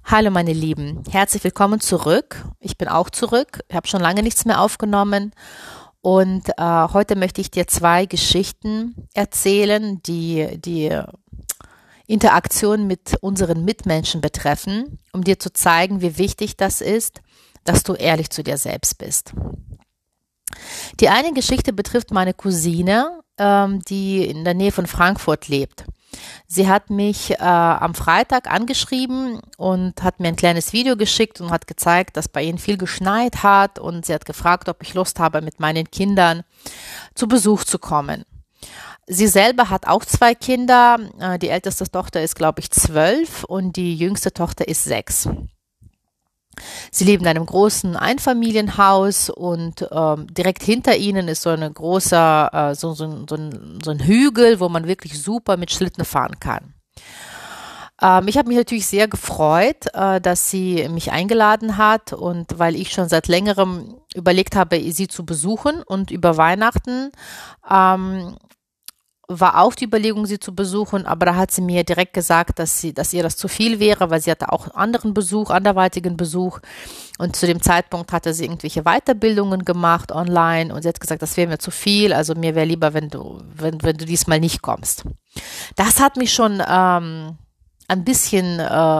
Hallo meine Lieben, herzlich willkommen zurück. Ich bin auch zurück, ich habe schon lange nichts mehr aufgenommen und heute möchte ich dir zwei Geschichten erzählen, die Interaktion mit unseren Mitmenschen betreffen, um dir zu zeigen, wie wichtig das ist, dass du ehrlich zu dir selbst bist. Die eine Geschichte betrifft meine Cousine, die in der Nähe von Frankfurt lebt. Sie hat mich am Freitag angeschrieben und hat mir ein kleines Video geschickt und hat gezeigt, dass bei ihnen viel geschneit hat, und sie hat gefragt, ob ich Lust habe, mit meinen Kindern zu Besuch zu kommen. Sie selber hat auch zwei Kinder. Die älteste Tochter ist, glaube ich, 12 und die jüngste Tochter ist 6. Sie leben in einem großen Einfamilienhaus und direkt hinter ihnen ist so ein großer, so ein Hügel, wo man wirklich super mit Schlitten fahren kann. Ich habe mich natürlich sehr gefreut, dass sie mich eingeladen hat, und weil ich schon seit längerem überlegt habe, sie zu besuchen, und über Weihnachten war auch die Überlegung, sie zu besuchen, aber da hat sie mir direkt gesagt, dass ihr das zu viel wäre, weil sie hatte auch anderweitigen Besuch, und zu dem Zeitpunkt hatte sie irgendwelche Weiterbildungen gemacht online, und sie hat gesagt, das wäre mir zu viel, also mir wäre lieber, wenn du diesmal nicht kommst. Das hat mich schon ein bisschen,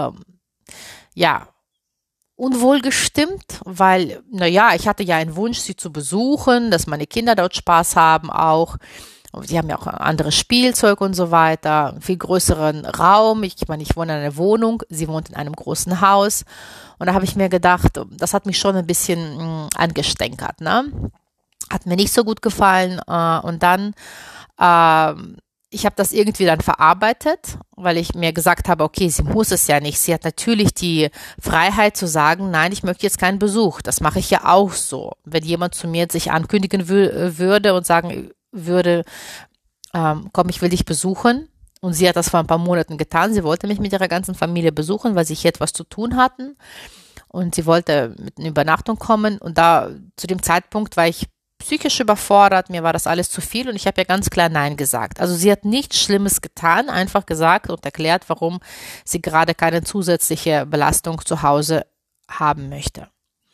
unwohl gestimmt, weil, ich hatte ja einen Wunsch, sie zu besuchen, dass meine Kinder dort Spaß haben auch. Die haben ja auch anderes Spielzeug und so weiter, einen viel größeren Raum. Ich wohne in einer Wohnung, sie wohnt in einem großen Haus. Und da habe ich mir gedacht, das hat mich schon ein bisschen angestänkert, ne? Hat mir nicht so gut gefallen. Und dann, ich habe das irgendwie dann verarbeitet, weil ich mir gesagt habe, okay, sie muss es ja nicht. Sie hat natürlich die Freiheit zu sagen, nein, ich möchte jetzt keinen Besuch. Das mache ich ja auch so. Wenn jemand zu mir sich ankündigen würde und sagen würde, komm, ich will dich besuchen. Und sie hat das vor ein paar Monaten getan. Sie wollte mich mit ihrer ganzen Familie besuchen, weil sie hier etwas zu tun hatten. Und sie wollte mit einer Übernachtung kommen. Und da, zu dem Zeitpunkt, war ich psychisch überfordert. Mir war das alles zu viel, und ich habe ja ganz klar Nein gesagt. Also sie hat nichts Schlimmes getan, einfach gesagt und erklärt, warum sie gerade keine zusätzliche Belastung zu Hause haben möchte.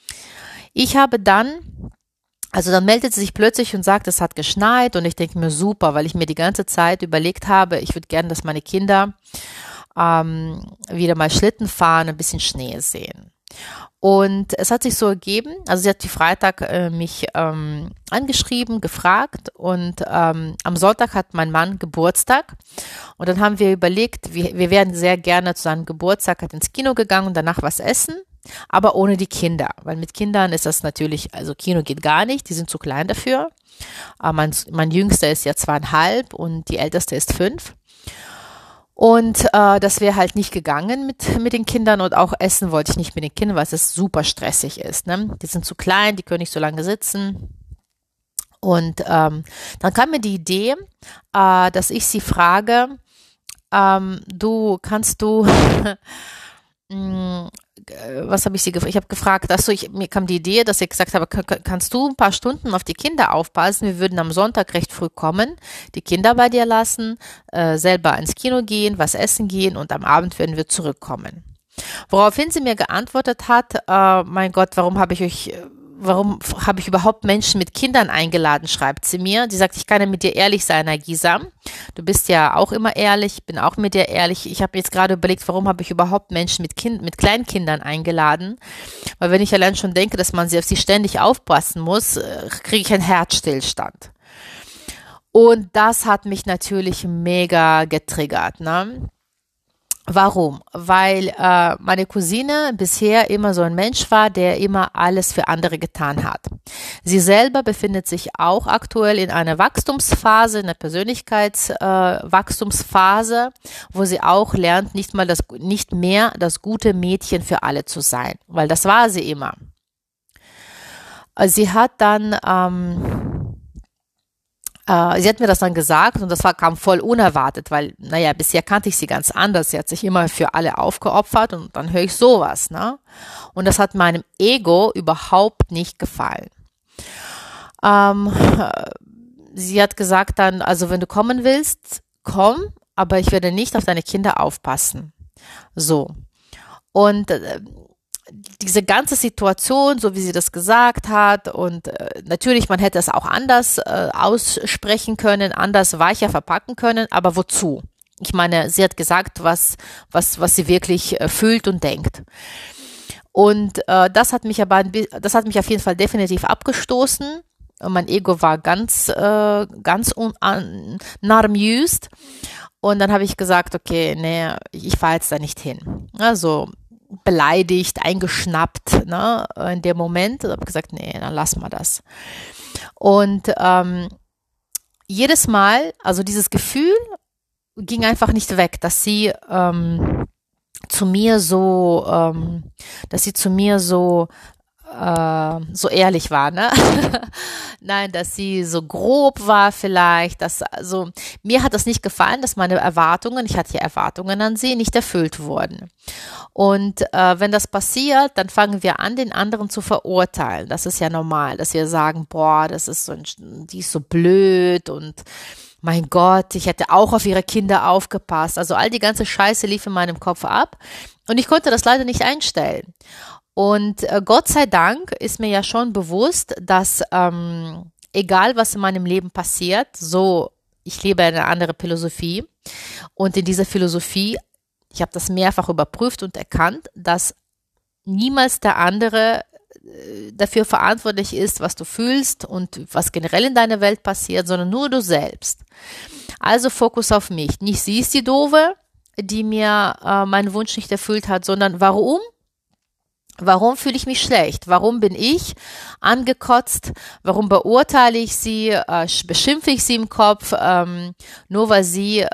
Dann meldet sie sich plötzlich und sagt, es hat geschneit, und ich denke mir, super, weil ich mir die ganze Zeit überlegt habe, ich würde gerne, dass meine Kinder wieder mal Schlitten fahren, ein bisschen Schnee sehen. Und es hat sich so ergeben, also sie hat die Freitag mich angeschrieben, gefragt, und am Sonntag hat mein Mann Geburtstag, und dann haben wir überlegt, wir wären sehr gerne zu seinem Geburtstag ins Kino gegangen und danach was essen. Aber ohne die Kinder, weil mit Kindern ist das natürlich, also Kino geht gar nicht, die sind zu klein dafür. Mein Jüngster ist ja 2,5 und die Älteste ist 5. Und das wäre halt nicht gegangen mit den Kindern, und auch essen wollte ich nicht mit den Kindern, weil es super stressig ist. Ne? Die sind zu klein, die können nicht so lange sitzen. Und dann kam mir die Idee, dass ich sie frage, was habe ich sie gefragt? Ich habe gefragt, mir kam die Idee, dass ich gesagt habe, kannst du ein paar Stunden auf die Kinder aufpassen? Wir würden am Sonntag recht früh kommen, die Kinder bei dir lassen, selber ins Kino gehen, was essen gehen, und am Abend werden wir zurückkommen. Woraufhin sie mir geantwortet hat, mein Gott, warum habe ich überhaupt Menschen mit Kindern eingeladen, schreibt sie mir. Sie sagt, ich kann ja mit dir ehrlich sein, Nagisa. Du bist ja auch immer ehrlich, ich bin auch mit dir ehrlich. Ich habe jetzt gerade überlegt, warum habe ich überhaupt Menschen mit Kleinkindern eingeladen? Weil wenn ich allein schon denke, dass man auf sie ständig aufpassen muss, kriege ich einen Herzstillstand. Und das hat mich natürlich mega getriggert, ne? Warum? Weil meine Cousine bisher immer so ein Mensch war, der immer alles für andere getan hat. Sie selber befindet sich auch aktuell in einer Wachstumsphase, in einer Persönlichkeitswachstumsphase, wo sie auch lernt, nicht mehr das gute Mädchen für alle zu sein, weil das war sie immer. Sie hat dann sie hat mir das dann gesagt, und kam voll unerwartet, weil, bisher kannte ich sie ganz anders. Sie hat sich immer für alle aufgeopfert, und dann höre ich sowas, ne? Und das hat meinem Ego überhaupt nicht gefallen. Sie hat gesagt dann, also wenn du kommen willst, komm, aber ich werde nicht auf deine Kinder aufpassen. So. Und diese ganze Situation, so wie sie das gesagt hat, und natürlich, man hätte es auch anders aussprechen können, anders weicher verpacken können, aber wozu? Ich meine, sie hat gesagt, was sie wirklich fühlt und denkt. Und das hat mich auf jeden Fall definitiv abgestoßen. Und mein Ego war ganz not amused. Und dann habe ich gesagt, okay, nee, ich fahre jetzt da nicht hin. Also beleidigt, eingeschnappt, ne, in dem Moment. Und habe gesagt, nee, dann lassen wir das. Und jedes Mal, also dieses Gefühl ging einfach nicht weg, dass sie zu mir so, so ehrlich war, ne? Nein, dass sie so grob war vielleicht, also mir hat das nicht gefallen, dass meine Erwartungen, ich hatte ja Erwartungen an sie, nicht erfüllt wurden. Und wenn das passiert, dann fangen wir an, den anderen zu verurteilen. Das ist ja normal, dass wir sagen, boah, die ist so blöd und mein Gott, ich hätte auch auf ihre Kinder aufgepasst. Also all die ganze Scheiße lief in meinem Kopf ab und ich konnte das leider nicht einstellen. Und Gott sei Dank ist mir ja schon bewusst, dass egal was in meinem Leben passiert, ich lebe eine andere Philosophie und in dieser Philosophie, ich habe das mehrfach überprüft und erkannt, dass niemals der andere dafür verantwortlich ist, was du fühlst und was generell in deiner Welt passiert, sondern nur du selbst. Also Fokus auf mich. Nicht sie ist die Doofe, die mir meinen Wunsch nicht erfüllt hat, sondern warum? Warum fühle ich mich schlecht? Warum bin ich angekotzt? Warum beurteile ich sie? Beschimpfe ich sie im Kopf? Nur weil sie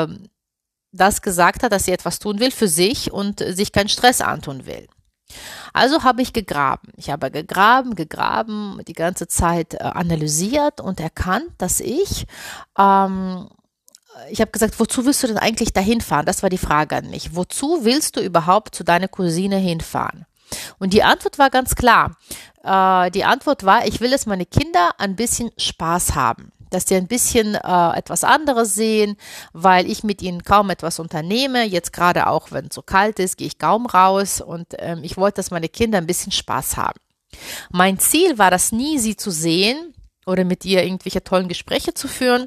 das gesagt hat, dass sie etwas tun will für sich und sich keinen Stress antun will. Also habe ich gegraben. Ich habe gegraben, die ganze Zeit analysiert und erkannt, dass ich habe gesagt, wozu willst du denn eigentlich dahin fahren? Das war die Frage an mich. Wozu willst du überhaupt zu deiner Cousine hinfahren? Und die Antwort war ganz klar. Die Antwort war, ich will, dass meine Kinder ein bisschen Spaß haben. Dass die ein bisschen etwas anderes sehen, weil ich mit ihnen kaum etwas unternehme. Jetzt gerade auch, wenn es so kalt ist, gehe ich kaum raus und ich wollte, dass meine Kinder ein bisschen Spaß haben. Mein Ziel war das nie, sie zu sehen oder mit ihr irgendwelche tollen Gespräche zu führen,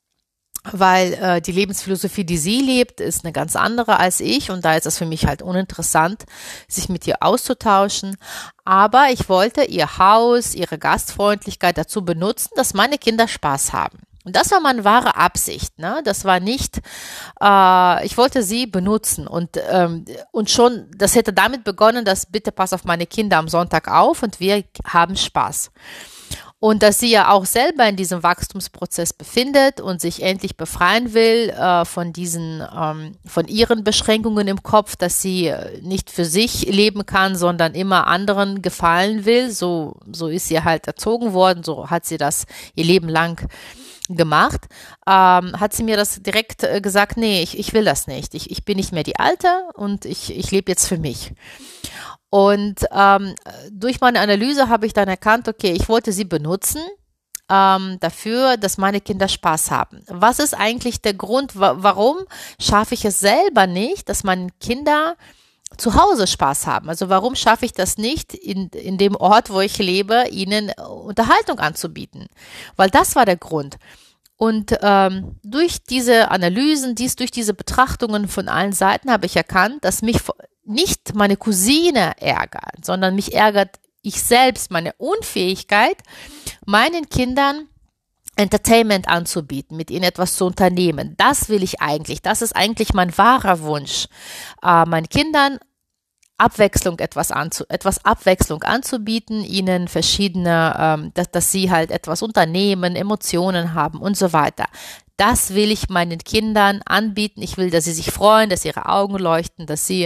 weil die Lebensphilosophie, die sie lebt, ist eine ganz andere als ich und da ist es für mich halt uninteressant, sich mit ihr auszutauschen. Aber ich wollte ihr Haus, ihre Gastfreundlichkeit dazu benutzen, dass meine Kinder Spaß haben. Und das war meine wahre Absicht, ne? Das war nicht, ich wollte sie benutzen und schon, das hätte damit begonnen, dass bitte pass auf meine Kinder am Sonntag auf und wir haben Spaß. Und dass sie ja auch selber in diesem Wachstumsprozess befindet und sich endlich befreien will von ihren Beschränkungen im Kopf, dass sie nicht für sich leben kann, sondern immer anderen gefallen will. So ist sie halt erzogen worden, so hat sie das ihr Leben lang gemacht, hat sie mir das direkt gesagt, nee, ich will das nicht. Ich bin nicht mehr die Alte und ich lebe jetzt für mich. Und durch meine Analyse habe ich dann erkannt, okay, ich wollte sie benutzen dafür, dass meine Kinder Spaß haben. Was ist eigentlich der Grund, warum schaffe ich es selber nicht, dass meine Kinder zu Hause Spaß haben? Also warum schaffe ich das nicht, in dem Ort, wo ich lebe, ihnen Unterhaltung anzubieten? Weil das war der Grund. Und durch diese Analysen, durch diese Betrachtungen von allen Seiten habe ich erkannt, dass mich nicht meine Cousine ärgert, sondern mich ärgert ich selbst, meine Unfähigkeit, meinen Kindern Entertainment anzubieten, mit ihnen etwas zu unternehmen. Das will ich eigentlich. Das ist eigentlich mein wahrer Wunsch, meinen Kindern etwas Abwechslung anzubieten, ihnen verschiedene, dass sie halt etwas unternehmen, Emotionen haben und so weiter. Das will ich meinen Kindern anbieten. Ich will, dass sie sich freuen, dass ihre Augen leuchten, dass sie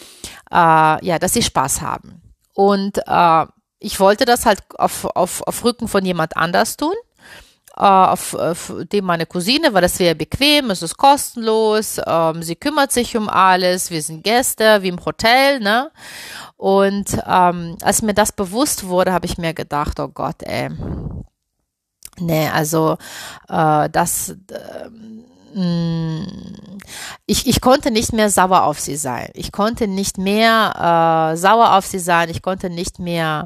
Spaß haben. Und ich wollte das halt auf Rücken von jemand anders tun, auf dem meine Cousine, weil das wäre bequem, es ist kostenlos, sie kümmert sich um alles, wir sind Gäste, wie im Hotel, ne? Und als mir das bewusst wurde, habe ich mir gedacht, oh Gott, ey, nee, also ich konnte nicht mehr sauer auf sie sein. Ich konnte nicht mehr sauer auf sie sein. Ich konnte nicht mehr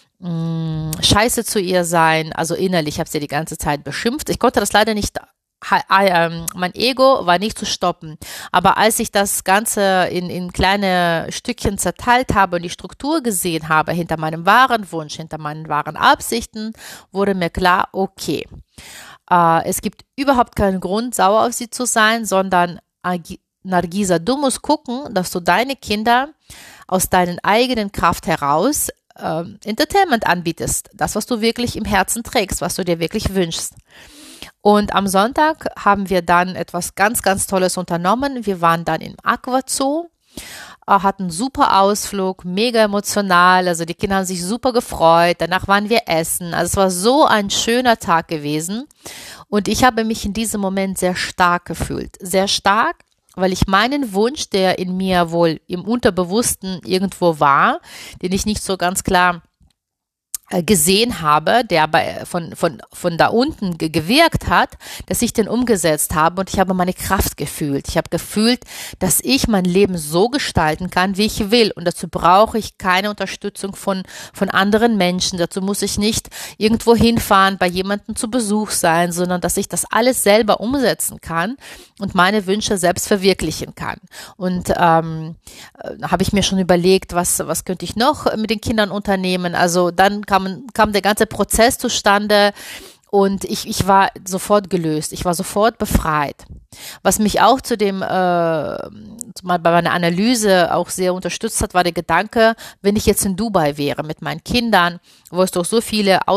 scheiße zu ihr sein. Also innerlich habe sie die ganze Zeit beschimpft. Ich konnte das leider nicht. Mein Ego war nicht zu stoppen. Aber als ich das Ganze in kleine Stückchen zerteilt habe und die Struktur gesehen habe, hinter meinem wahren Wunsch, hinter meinen wahren Absichten, wurde mir klar, okay, es gibt überhaupt keinen Grund, sauer auf sie zu sein, sondern Nargisa, du musst gucken, dass du deine Kinder aus deinen eigenen Kraft heraus Entertainment anbietest. Das, was du wirklich im Herzen trägst, was du dir wirklich wünschst. Und am Sonntag haben wir dann etwas ganz, ganz Tolles unternommen. Wir waren dann im Aquazoo, hatten einen super Ausflug, mega emotional. Also die Kinder haben sich super gefreut. Danach waren wir essen. Also es war so ein schöner Tag gewesen. Und ich habe mich in diesem Moment sehr stark gefühlt. Sehr stark, weil ich meinen Wunsch, der in mir wohl im Unterbewussten irgendwo war, den ich nicht so ganz klar gesehen habe, der aber von da unten gewirkt hat, dass ich den umgesetzt habe und ich habe meine Kraft gefühlt. Ich habe gefühlt, dass ich mein Leben so gestalten kann, wie ich will, und dazu brauche ich keine Unterstützung von anderen Menschen. Dazu muss ich nicht irgendwo hinfahren, bei jemandem zu Besuch sein, sondern dass ich das alles selber umsetzen kann und meine Wünsche selbst verwirklichen kann. Und habe ich mir schon überlegt, was könnte ich noch mit den Kindern unternehmen. Also dann kam der ganze Prozess zustande und ich war sofort gelöst, ich war sofort befreit. Was mich auch mal bei meiner Analyse auch sehr unterstützt hat, war der Gedanke, wenn ich jetzt in Dubai wäre mit meinen Kindern, wo es doch so viele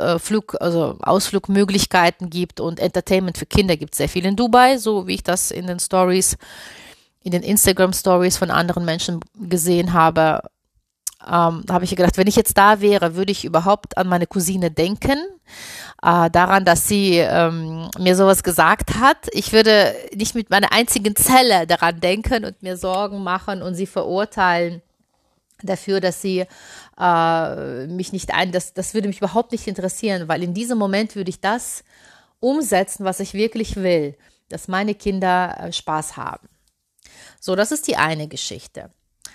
Ausflugmöglichkeiten gibt und Entertainment für Kinder gibt es sehr viel in Dubai, so wie ich das in den Instagram Stories von anderen Menschen gesehen habe. Da habe ich gedacht, wenn ich jetzt da wäre, würde ich überhaupt an meine Cousine denken, daran, dass sie mir sowas gesagt hat. Ich würde nicht mit meiner einzigen Zelle daran denken und mir Sorgen machen und sie verurteilen dafür, dass sie mich nicht das würde mich überhaupt nicht interessieren, weil in diesem Moment würde ich das umsetzen, was ich wirklich will, dass meine Kinder Spaß haben. So, das ist die eine Geschichte.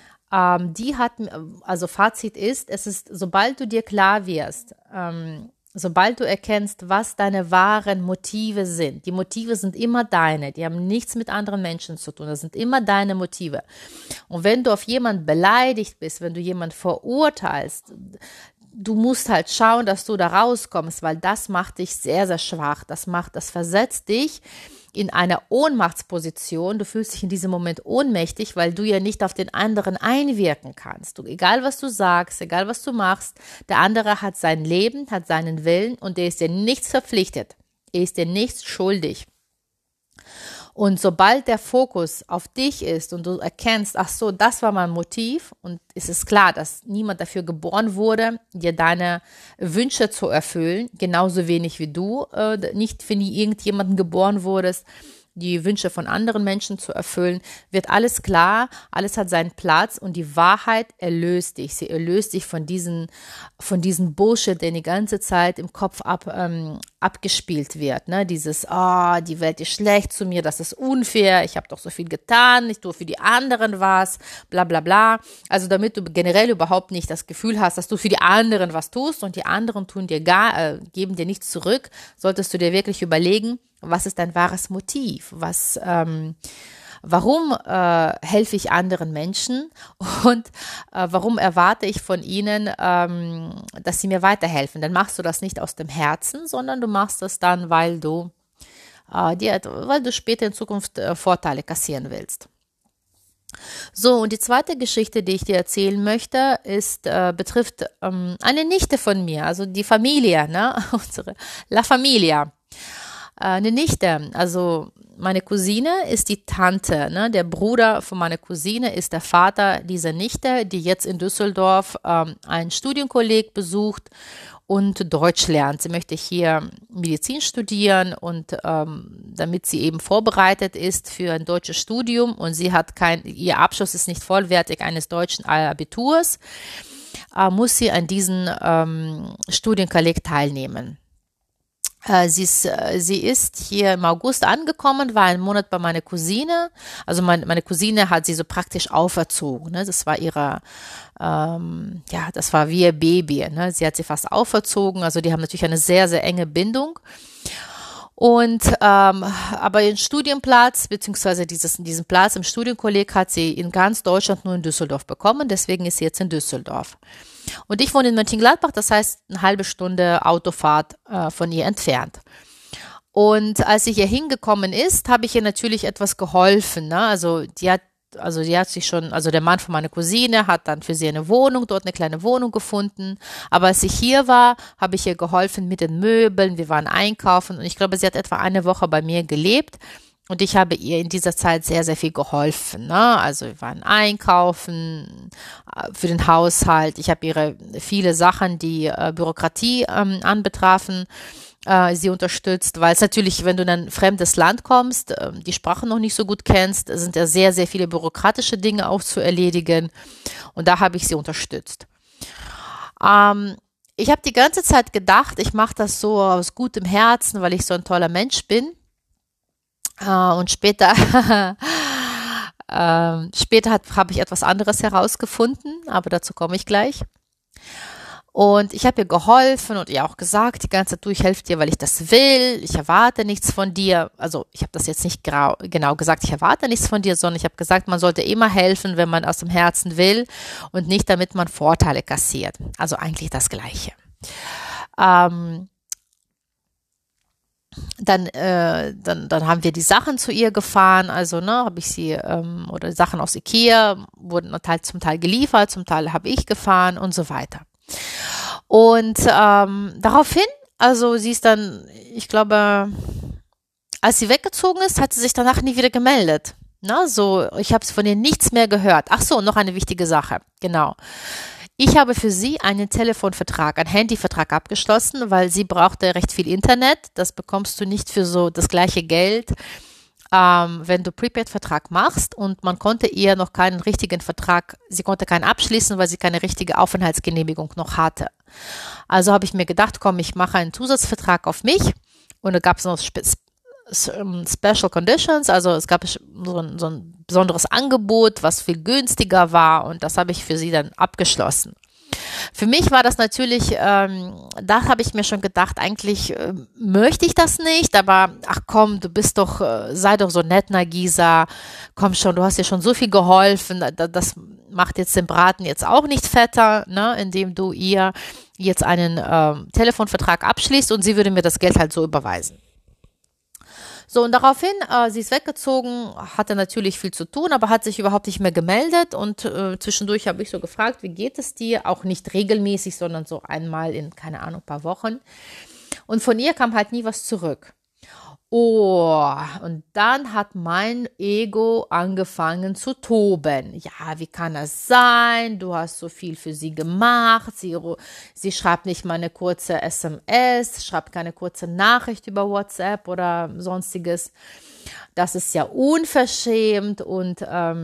Also Fazit ist, sobald du dir klar wirst, sobald du erkennst, was deine wahren Motive sind, die Motive sind immer deine, die haben nichts mit anderen Menschen zu tun, das sind immer deine Motive. Und wenn du auf jemanden beleidigt bist, wenn du jemanden verurteilst, du musst halt schauen, dass du da rauskommst, weil das macht dich sehr, sehr schwach, das versetzt dich in einer Ohnmachtsposition. Du fühlst dich in diesem Moment ohnmächtig, weil du ja nicht auf den anderen einwirken kannst. Egal, was du sagst, egal, was du machst, der andere hat sein Leben, hat seinen Willen und er ist dir nichts verpflichtet. Er ist dir nichts schuldig. Und sobald der Fokus auf dich ist und du erkennst, ach so, das war mein Motiv, und es ist klar, dass niemand dafür geboren wurde, dir deine Wünsche zu erfüllen, genauso wenig wie du nicht für irgendjemanden geboren wurdest, die Wünsche von anderen Menschen zu erfüllen, wird alles klar, alles hat seinen Platz und die Wahrheit erlöst dich. Sie erlöst dich von diesen Bullshit, der die ganze Zeit im Kopf abgespielt wird. Ne? Dieses, die Welt ist schlecht zu mir, das ist unfair, ich habe doch so viel getan, ich tue für die anderen was, bla bla bla. Also damit du generell überhaupt nicht das Gefühl hast, dass du für die anderen was tust und die anderen geben dir nichts zurück, solltest du dir wirklich überlegen, was ist dein wahres Motiv? Warum helfe ich anderen Menschen und warum erwarte ich von ihnen, dass sie mir weiterhelfen? Dann machst du das nicht aus dem Herzen, sondern du machst das dann, weil du später in Zukunft Vorteile kassieren willst. So, und die zweite Geschichte, die ich dir erzählen möchte, betrifft eine Nichte von mir, also die Familie, ne? Unsere La Familia. Eine Nichte, also meine Cousine ist die Tante, ne? Der Bruder von meiner Cousine ist der Vater dieser Nichte, die jetzt in Düsseldorf einen Studienkolleg besucht und Deutsch lernt. Sie möchte hier Medizin studieren und damit sie eben vorbereitet ist für ein deutsches Studium und ihr Abschluss ist nicht vollwertig eines deutschen Abiturs, muss sie an diesem Studienkolleg teilnehmen. Sie ist hier im August angekommen, war einen Monat bei meiner Cousine. Also meine Cousine hat sie so praktisch auferzogen. Ne? Das war das war wie ihr Baby. Ne? Sie hat sie fast auferzogen. Also die haben natürlich eine sehr, sehr enge Bindung. Aber ihren Studienplatz, beziehungsweise diesen Platz im Studienkolleg hat sie in ganz Deutschland nur in Düsseldorf bekommen. Deswegen ist sie jetzt in Düsseldorf. Und ich wohne in Mönchengladbach, das heißt eine halbe Stunde Autofahrt von ihr entfernt. Und als sie hier hingekommen ist, habe ich ihr natürlich etwas geholfen. Ne? Die hat sich schon, also der Mann von meiner Cousine hat dann für sie dort eine kleine Wohnung gefunden. Aber als ich hier war, habe ich ihr geholfen mit den Möbeln. Wir waren einkaufen und ich glaube, sie hat etwa eine Woche bei mir gelebt. Und ich habe ihr in dieser Zeit sehr, sehr viel geholfen. Ne? Also wir waren einkaufen für den Haushalt. Ich habe ihre viele Sachen, die Bürokratie anbetrafen, sie unterstützt, weil es natürlich, wenn du in ein fremdes Land kommst, die Sprache noch nicht so gut kennst, sind ja sehr, sehr viele bürokratische Dinge auch zu erledigen. Und da habe ich sie unterstützt. Ich habe die ganze Zeit gedacht, ich mache das so aus gutem Herzen, weil ich so ein toller Mensch bin. Und später habe ich etwas anderes herausgefunden, aber dazu komme ich gleich. Und ich habe ihr geholfen und ihr auch gesagt, die ganze Zeit, du, ich helfe dir, weil ich das will, ich erwarte nichts von dir. Also ich habe das jetzt nicht genau gesagt, ich erwarte nichts von dir, sondern ich habe gesagt, man sollte immer helfen, wenn man aus dem Herzen will und nicht, damit man Vorteile kassiert. Also eigentlich das Gleiche. Dann haben wir die Sachen zu ihr gefahren, also habe ich sie, oder Sachen aus Ikea wurden zum Teil geliefert, zum Teil habe ich gefahren und so weiter. Und daraufhin, also sie ist dann, ich glaube, als sie weggezogen ist, hat sie sich danach nie wieder gemeldet. Na, so, ich habe von ihr nichts mehr gehört. Ach so, noch eine wichtige Sache, genau. Ich habe für sie einen Telefonvertrag, einen Handyvertrag abgeschlossen, weil sie brauchte recht viel Internet. Das bekommst du nicht für so das gleiche Geld, wenn du Prepaid-Vertrag machst. Und man konnte ihr noch keinen richtigen Vertrag, sie konnte keinen abschließen, weil sie keine richtige Aufenthaltsgenehmigung noch hatte. Also habe ich mir gedacht, komm, ich mache einen Zusatzvertrag auf mich. Und da gab es noch Special Conditions, also es gab so ein besonderes Angebot, was viel günstiger war und das habe ich für sie dann abgeschlossen. Für mich war das natürlich, da habe ich mir schon gedacht, eigentlich möchte ich das nicht, aber ach komm, sei doch so nett, Nagisa, komm schon, du hast dir schon so viel geholfen, das macht jetzt den Braten jetzt auch nicht fetter, ne, indem du ihr jetzt einen Telefonvertrag abschließt und sie würde mir das Geld halt so überweisen. So, und daraufhin, sie ist weggezogen, hatte natürlich viel zu tun, aber hat sich überhaupt nicht mehr gemeldet und zwischendurch habe ich so gefragt, wie geht es dir? Auch nicht regelmäßig, sondern so einmal in, keine Ahnung, ein paar Wochen. Und von ihr kam halt nie was zurück. Oh, und dann hat mein Ego angefangen zu toben. Ja, wie kann das sein? Du hast so viel für sie gemacht. Sie schreibt nicht mal eine kurze SMS, schreibt keine kurze Nachricht über WhatsApp oder sonstiges. Das ist ja unverschämt. Und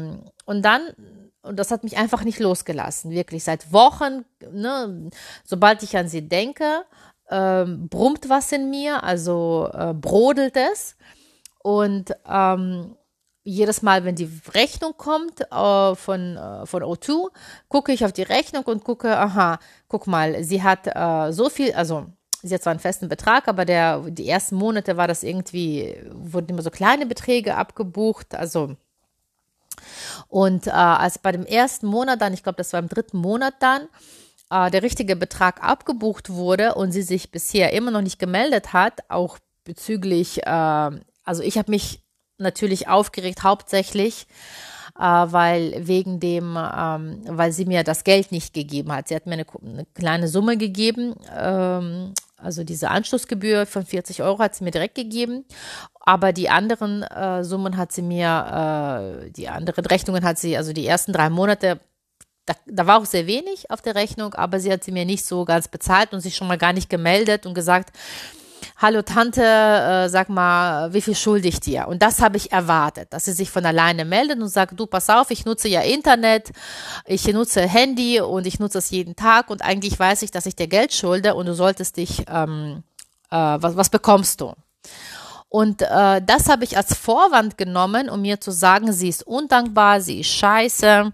das hat mich einfach nicht losgelassen. Wirklich seit Wochen, ne, sobald ich an sie denke, brummt was in mir, also brodelt es. Und jedes Mal, wenn die Rechnung kommt von O2, gucke ich auf die Rechnung und gucke, aha, guck mal, sie hat so viel, also sie hat zwar einen festen Betrag, aber die ersten Monate war das irgendwie, wurden immer so kleine Beträge abgebucht, also und als bei dem ersten Monat dann, ich glaube, das war im 3. Monat dann, der richtige Betrag abgebucht wurde und sie sich bisher immer noch nicht gemeldet hat, auch bezüglich, also ich habe mich natürlich aufgeregt, hauptsächlich, weil sie mir das Geld nicht gegeben hat. Sie hat mir eine kleine Summe gegeben, also diese Anschlussgebühr von 40 Euro hat sie mir direkt gegeben, aber die anderen Summen hat sie mir, die anderen Rechnungen hat sie, also die ersten 3 Monate, da war auch sehr wenig auf der Rechnung, aber sie hat sie mir nicht so ganz bezahlt und sich schon mal gar nicht gemeldet und gesagt, hallo Tante, sag mal, wie viel schulde ich dir? Und das habe ich erwartet, dass sie sich von alleine meldet und sagt, du, pass auf, ich nutze ja Internet, ich nutze Handy und ich nutze es jeden Tag und eigentlich weiß ich, dass ich dir Geld schulde und du solltest dich was bekommst du? Und das habe ich als Vorwand genommen, um mir zu sagen, sie ist undankbar, sie ist scheiße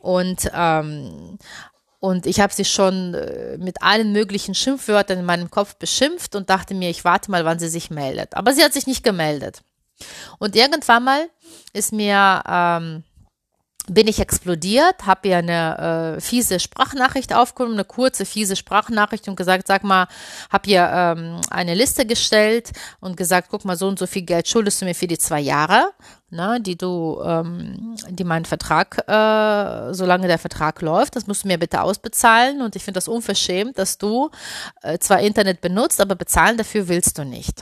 und ich habe sie schon mit allen möglichen Schimpfwörtern in meinem Kopf beschimpft und dachte mir, ich warte mal, wann sie sich meldet. Aber sie hat sich nicht gemeldet. Und irgendwann mal bin ich explodiert, habe ihr eine fiese Sprachnachricht aufgenommen, eine kurze, fiese Sprachnachricht und gesagt, sag mal, habe ihr eine Liste gestellt und gesagt, guck mal, so und so viel Geld schuldest du mir für die 2 Jahre, ne, die mein Vertrag, solange der Vertrag läuft, das musst du mir bitte ausbezahlen und ich finde das unverschämt, dass du zwar Internet benutzt, aber bezahlen dafür willst du nicht.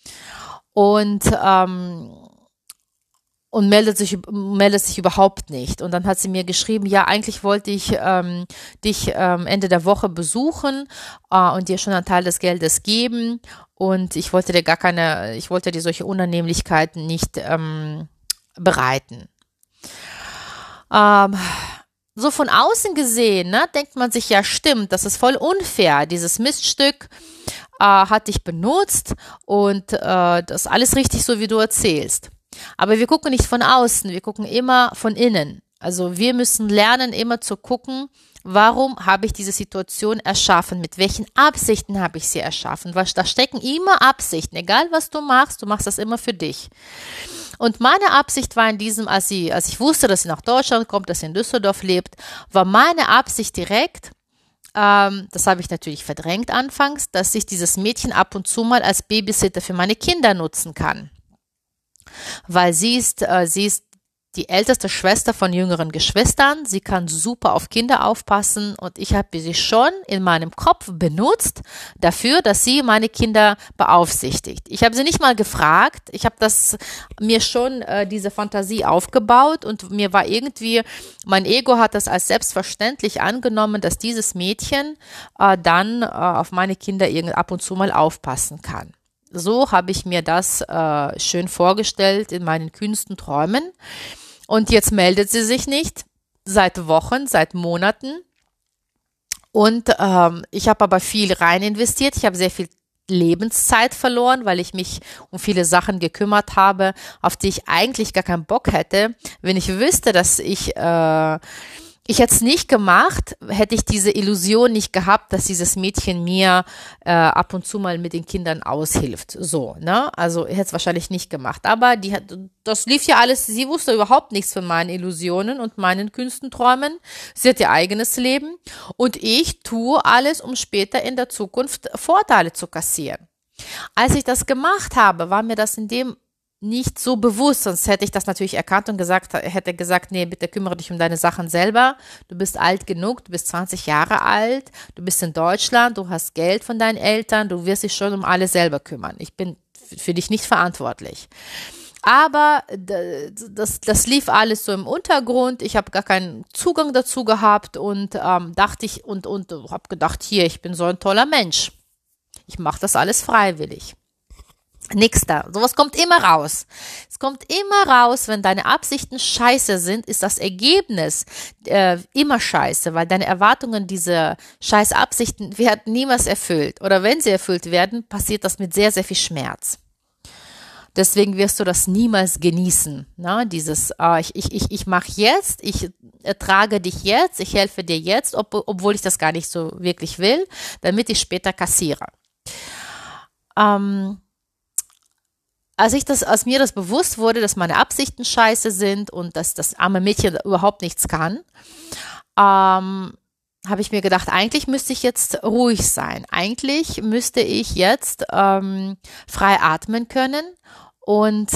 Und meldet sich überhaupt nicht. Und dann hat sie mir geschrieben, ja, eigentlich wollte ich dich Ende der Woche besuchen und dir schon einen Teil des Geldes geben. Und ich wollte dir solche Unannehmlichkeiten nicht bereiten. So von außen gesehen, ne, denkt man sich, ja, stimmt, das ist voll unfair. Dieses Miststück hat dich benutzt und das ist alles richtig so, wie du erzählst. Aber wir gucken nicht von außen, wir gucken immer von innen. Also wir müssen lernen, immer zu gucken, warum habe ich diese Situation erschaffen, mit welchen Absichten habe ich sie erschaffen, weil da stecken immer Absichten, egal was du machst das immer für dich. Und meine Absicht war als ich wusste, dass sie nach Deutschland kommt, dass sie in Düsseldorf lebt, war meine Absicht direkt, das habe ich natürlich verdrängt anfangs, dass ich dieses Mädchen ab und zu mal als Babysitter für meine Kinder nutzen kann. Weil sie ist die älteste Schwester von jüngeren Geschwistern. Sie kann super auf Kinder aufpassen und ich habe sie schon in meinem Kopf benutzt dafür, dass sie meine Kinder beaufsichtigt. Ich habe sie nicht mal gefragt. Ich habe mir schon diese Fantasie aufgebaut und mir war irgendwie, mein Ego hat das als selbstverständlich angenommen, dass dieses Mädchen dann auf meine Kinder ab und zu mal aufpassen kann. So habe ich mir das schön vorgestellt in meinen kühnsten Träumen. Und jetzt meldet sie sich nicht, seit Wochen, seit Monaten. Und ich habe aber viel rein investiert. Ich habe sehr viel Lebenszeit verloren, weil ich mich um viele Sachen gekümmert habe, auf die ich eigentlich gar keinen Bock hätte. Wenn ich wüsste, dass ich hätte es nicht gemacht, hätte ich diese Illusion nicht gehabt, dass dieses Mädchen mir ab und zu mal mit den Kindern aushilft. So, ne? Also ich hätte es wahrscheinlich nicht gemacht. Aber das lief ja alles, sie wusste überhaupt nichts von meinen Illusionen und meinen kühnsten Träumen. Sie hat ihr eigenes Leben und ich tue alles, um später in der Zukunft Vorteile zu kassieren. Als ich das gemacht habe, war mir das in dem nicht so bewusst, sonst hätte ich das natürlich erkannt und hätte gesagt, nee, bitte kümmere dich um deine Sachen selber. Du bist alt genug, du bist 20 Jahre alt, du bist in Deutschland, du hast Geld von deinen Eltern, du wirst dich schon um alles selber kümmern. Ich bin für dich nicht verantwortlich. Aber das lief alles so im Untergrund. Ich habe gar keinen Zugang dazu gehabt und dachte ich und habe gedacht, hier, ich bin so ein toller Mensch. Ich mache das alles freiwillig. Nix da. Sowas kommt immer raus. Es kommt immer raus, wenn deine Absichten scheiße sind, ist das Ergebnis immer scheiße, weil deine Erwartungen, diese scheiß Absichten werden niemals erfüllt. Oder wenn sie erfüllt werden, passiert das mit sehr, sehr viel Schmerz. Deswegen wirst du das niemals genießen. Ne? Ich mache jetzt, ich ertrage dich jetzt, ich helfe dir jetzt, obwohl ich das gar nicht so wirklich will, damit ich später kassiere. Als mir das bewusst wurde, dass meine Absichten scheiße sind und dass das arme Mädchen überhaupt nichts kann, habe ich mir gedacht, eigentlich müsste ich jetzt ruhig sein. Eigentlich müsste ich jetzt frei atmen können und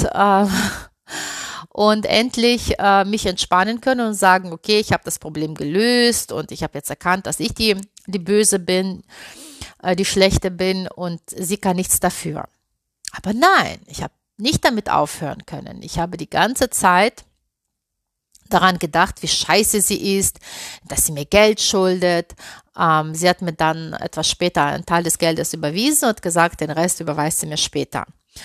endlich mich entspannen können und sagen, okay, ich habe das Problem gelöst und ich habe jetzt erkannt, dass ich die Böse bin, die Schlechte bin und sie kann nichts dafür. Aber nein, ich habe nicht damit aufhören können. Ich habe die ganze Zeit daran gedacht, wie scheiße sie ist, dass sie mir Geld schuldet. Sie hat mir dann etwas später einen Teil des Geldes überwiesen und gesagt, den Rest überweist sie mir später.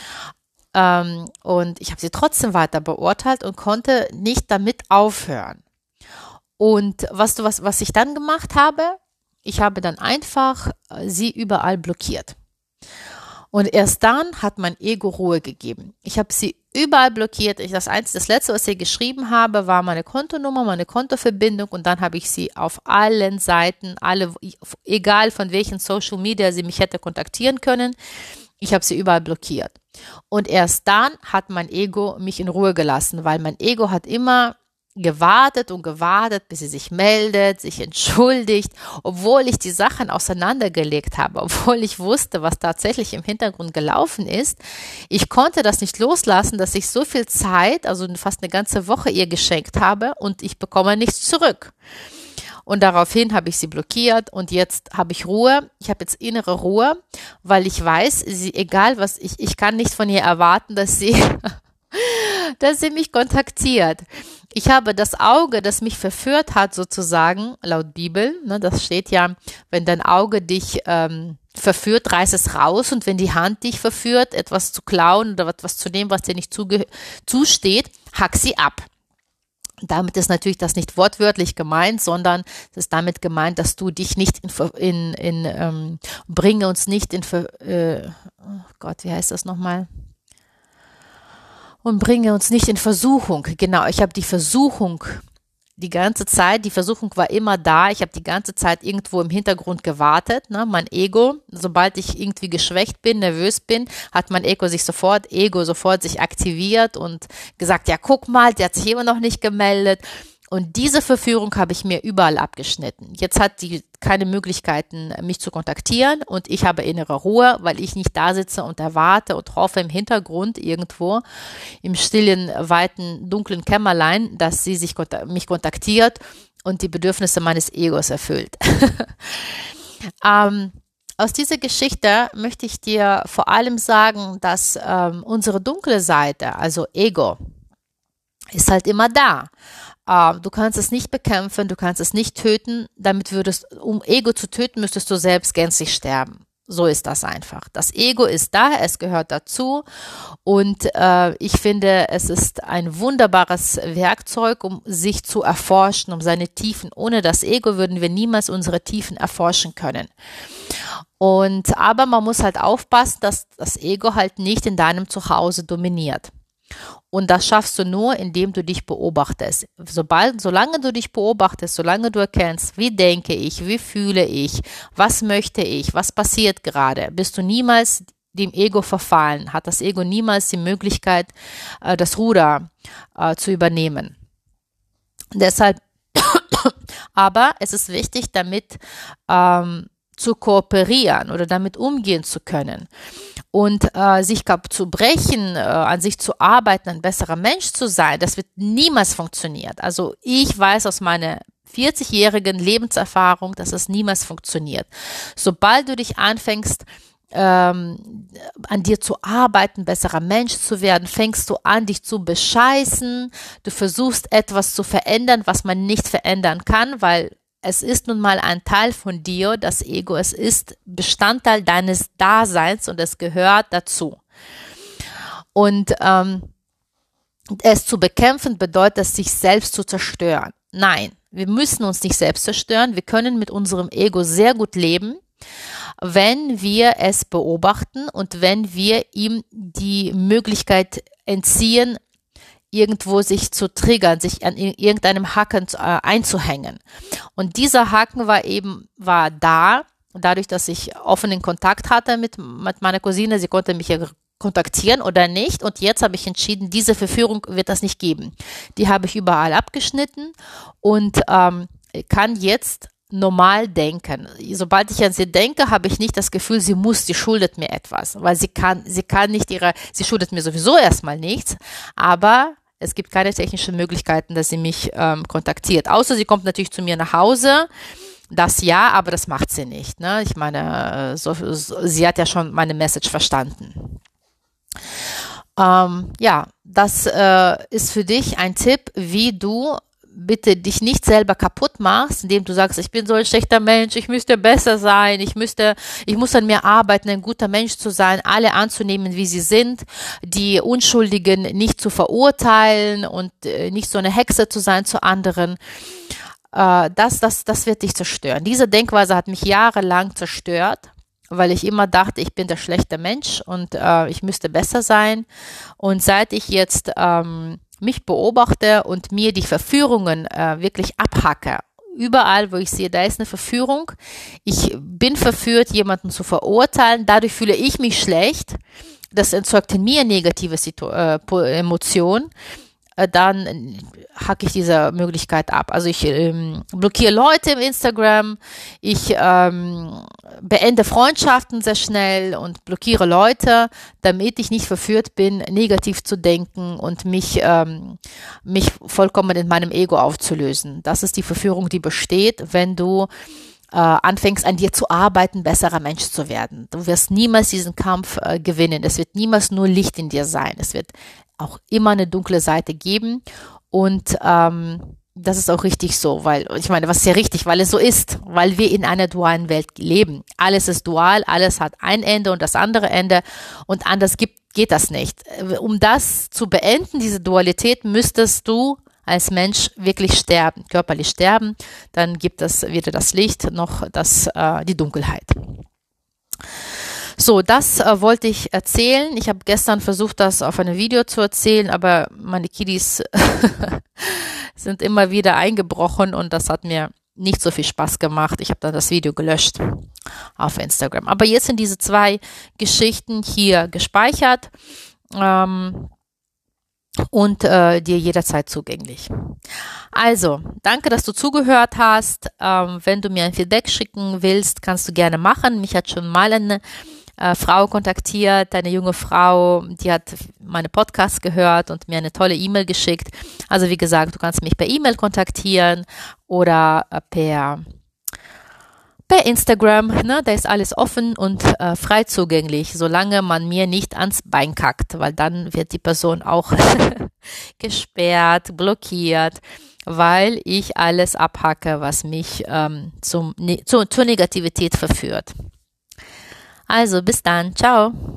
Und ich habe sie trotzdem weiter beurteilt und konnte nicht damit aufhören. Und was ich dann gemacht habe? Ich habe dann einfach sie überall blockiert. Und erst dann hat mein Ego Ruhe gegeben. Ich habe sie überall blockiert. Das Letzte, was ich geschrieben habe, war meine Kontonummer, meine Kontoverbindung und dann habe ich sie auf allen Seiten, egal von welchen Social Media sie mich hätte kontaktieren können, ich habe sie überall blockiert. Und erst dann hat mein Ego mich in Ruhe gelassen, weil mein Ego hat immer gewartet und gewartet, bis sie sich meldet, sich entschuldigt, obwohl ich die Sachen auseinandergelegt habe, obwohl ich wusste, was tatsächlich im Hintergrund gelaufen ist. Ich konnte das nicht loslassen, dass ich so viel Zeit, also fast eine ganze Woche ihr geschenkt habe und ich bekomme nichts zurück. Und daraufhin habe ich sie blockiert und jetzt habe ich Ruhe. Ich habe jetzt innere Ruhe, weil ich weiß, egal was ich kann nicht von ihr erwarten, dass sie mich kontaktiert. Ich habe das Auge, das mich verführt hat, sozusagen, laut Bibel, ne, das steht ja, wenn dein Auge dich verführt, reiß es raus und wenn die Hand dich verführt, etwas zu klauen oder etwas zu nehmen, was dir nicht zusteht, hack sie ab. Damit ist natürlich das nicht wortwörtlich gemeint, sondern es ist damit gemeint, dass du dich nicht bringe uns nicht oh Gott, wie heißt das nochmal? Und bringe uns nicht in Versuchung. Genau, ich habe die Versuchung die ganze Zeit, die Versuchung war immer da. Ich habe die ganze Zeit irgendwo im Hintergrund gewartet. Ne? Mein Ego, sobald ich irgendwie geschwächt bin, nervös bin, hat mein Ego sofort sich aktiviert und gesagt, ja guck mal, der hat sich immer noch nicht gemeldet. Und diese Verführung habe ich mir überall abgeschnitten. Jetzt hat die keine Möglichkeiten, mich zu kontaktieren und ich habe innere Ruhe, weil ich nicht da sitze und erwarte und hoffe im Hintergrund irgendwo im stillen, weiten, dunklen Kämmerlein, dass sie mich kontaktiert und die Bedürfnisse meines Egos erfüllt. Aus dieser Geschichte möchte ich dir vor allem sagen, dass unsere dunkle Seite, also Ego, ist halt immer da. Du kannst es nicht bekämpfen, du kannst es nicht töten. Um Ego zu töten, müsstest du selbst gänzlich sterben. So ist das einfach. Das Ego ist da, es gehört dazu und ich finde, es ist ein wunderbares Werkzeug, um sich zu erforschen, um seine Tiefen. Ohne das Ego würden wir niemals unsere Tiefen erforschen können. Aber man muss halt aufpassen, dass das Ego halt nicht in deinem Zuhause dominiert. Und das schaffst du nur, indem du dich beobachtest. Solange du dich beobachtest, solange du erkennst, wie denke ich, wie fühle ich, was möchte ich, was passiert gerade, bist du niemals dem Ego verfallen, hat das Ego niemals die Möglichkeit, das Ruder zu übernehmen. Deshalb, aber es ist wichtig, damit zu kooperieren oder damit umgehen zu können und sich zu brechen, an sich zu arbeiten, ein besserer Mensch zu sein, das wird niemals funktionieren. Also ich weiß aus meiner 40-jährigen Lebenserfahrung, dass es niemals funktioniert. Sobald du dich anfängst, an dir zu arbeiten, besserer Mensch zu werden, fängst du an, dich zu bescheißen, du versuchst etwas zu verändern, was man nicht verändern kann, weil es ist nun mal ein Teil von dir, das Ego, es ist Bestandteil deines Daseins und es gehört dazu. Und es zu bekämpfen bedeutet, sich selbst zu zerstören. Nein, wir müssen uns nicht selbst zerstören, wir können mit unserem Ego sehr gut leben, wenn wir es beobachten und wenn wir ihm die Möglichkeit entziehen, irgendwo sich zu triggern, sich an irgendeinem Haken einzuhängen. Und dieser Haken war da, dadurch, dass ich offenen Kontakt hatte mit meiner Cousine, sie konnte mich ja kontaktieren oder nicht. Und jetzt habe ich entschieden, diese Verführung wird das nicht geben. Die habe ich überall abgeschnitten und kann jetzt normal denken. Sobald ich an sie denke, habe ich nicht das Gefühl, sie schuldet mir etwas, weil sie schuldet mir sowieso erstmal nichts, aber es gibt keine technischen Möglichkeiten, dass sie mich kontaktiert. Außer sie kommt natürlich zu mir nach Hause. Das ja, aber das macht sie nicht. Ne? Ich meine, sie hat ja schon meine Message verstanden. Das ist für dich ein Tipp, wie du bitte dich nicht selber kaputt machst, indem du sagst, ich bin so ein schlechter Mensch, ich müsste besser sein, ich muss an mir arbeiten, ein guter Mensch zu sein, alle anzunehmen, wie sie sind, die Unschuldigen nicht zu verurteilen und nicht so eine Hexe zu sein zu anderen. Das wird dich zerstören. Diese Denkweise hat mich jahrelang zerstört, weil ich immer dachte, ich bin der schlechte Mensch und ich müsste besser sein. Und seit ich jetzt mich beobachte und mir die Verführungen wirklich abhacke, überall, wo ich sehe, da ist eine Verführung, ich bin verführt, jemanden zu verurteilen, dadurch fühle ich mich schlecht, das erzeugt in mir negative Emotionen, dann hacke ich diese Möglichkeit ab. Also ich blockiere Leute im Instagram, ich beende Freundschaften sehr schnell und blockiere Leute, damit ich nicht verführt bin, negativ zu denken und mich vollkommen in meinem Ego aufzulösen. Das ist die Verführung, die besteht, wenn du anfängst, an dir zu arbeiten, besserer Mensch zu werden. Du wirst niemals diesen Kampf gewinnen. Es wird niemals nur Licht in dir sein. Es wird auch immer eine dunkle Seite geben und das ist auch richtig so, weil, ich meine, was ist ja richtig, weil es so ist, weil wir in einer dualen Welt leben. Alles ist dual, alles hat ein Ende und das andere Ende und anders geht das nicht. Um das zu beenden, diese Dualität, müsstest du als Mensch wirklich sterben, körperlich sterben, dann gibt es weder das Licht noch die Dunkelheit. So, das wollte ich erzählen. Ich habe gestern versucht, das auf einem Video zu erzählen, aber meine Kiddies sind immer wieder eingebrochen und das hat mir nicht so viel Spaß gemacht. Ich habe dann das Video gelöscht auf Instagram. Aber jetzt sind diese 2 Geschichten hier gespeichert und dir jederzeit zugänglich. Also, danke, dass du zugehört hast. Wenn du mir ein Feedback schicken willst, kannst du gerne machen. Mich hat schon mal eine Frau kontaktiert, eine junge Frau, die hat meine Podcasts gehört und mir eine tolle E-Mail geschickt. Also wie gesagt, du kannst mich per E-Mail kontaktieren oder per Instagram, ne? Da ist alles offen und frei zugänglich, solange man mir nicht ans Bein kackt, weil dann wird die Person auch gesperrt, blockiert, weil ich alles abhacke, was mich zur Negativität verführt. Also bis dann, ciao.